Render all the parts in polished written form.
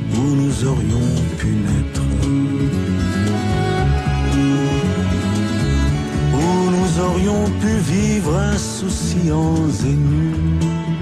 où nous aurions pu naître, où nous aurions pu vivre insouciants et nus.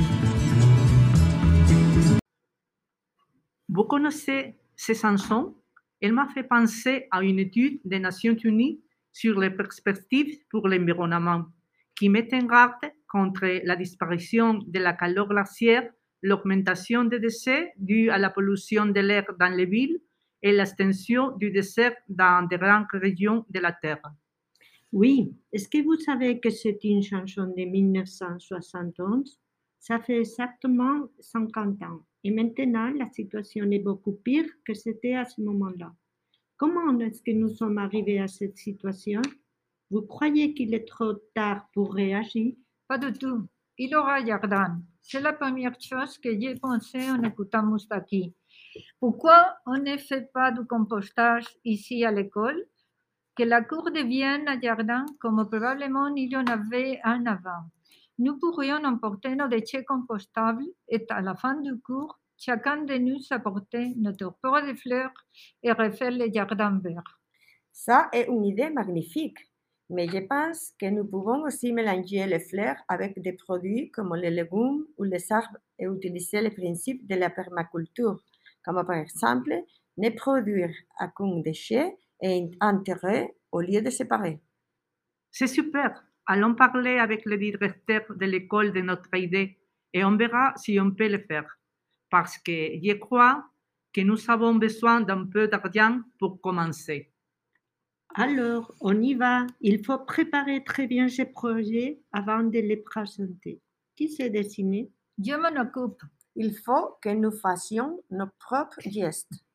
Vous connaissez ces chansons? Elle m'a fait penser à une étude des Nations Unies sur les perspectives pour l'environnement, qui met en garde contre la disparition de la chaleur glaciaire, l'augmentation des décès dus à la pollution de l'air dans les villes et l'extension du désert dans de grandes régions de la Terre. Oui, est-ce que vous savez que c'est une chanson de 1971? Ça fait exactement 50 ans. Et maintenant, la situation est beaucoup pire que c'était à ce moment-là. Comment est-ce que nous sommes arrivés à cette situation? Vous croyez qu'il est trop tard pour réagir? Pas du tout. Il aura Jordan. C'est la première chose que j'ai pensé en écoutant Moustaki. Pourquoi on ne fait pas du compostage ici à l'école? Que la cour devienne un jardin comme probablement il y en avait un avant. Nous pourrions emporter nos déchets compostables et à la fin du cours, chacun de nous apporter notre pot de fleurs et refaire le jardin vert. Ça est une idée magnifique, mais je pense que nous pouvons aussi mélanger les fleurs avec des produits comme les légumes ou les arbres et utiliser le principe de la permaculture, comme par exemple ne produire aucun déchet et enterrer au lieu de séparer. C'est super. Allons parler avec le directeur de l'école de notre idée et on verra si on peut le faire. Parce que je crois que nous avons besoin d'un peu d'argent pour commencer. Alors, on y va. Il faut préparer très bien ce projet avant de les présenter. Qui s'est dessiné? Je m'en occupe. Il faut que nous fassions nos propres gestes.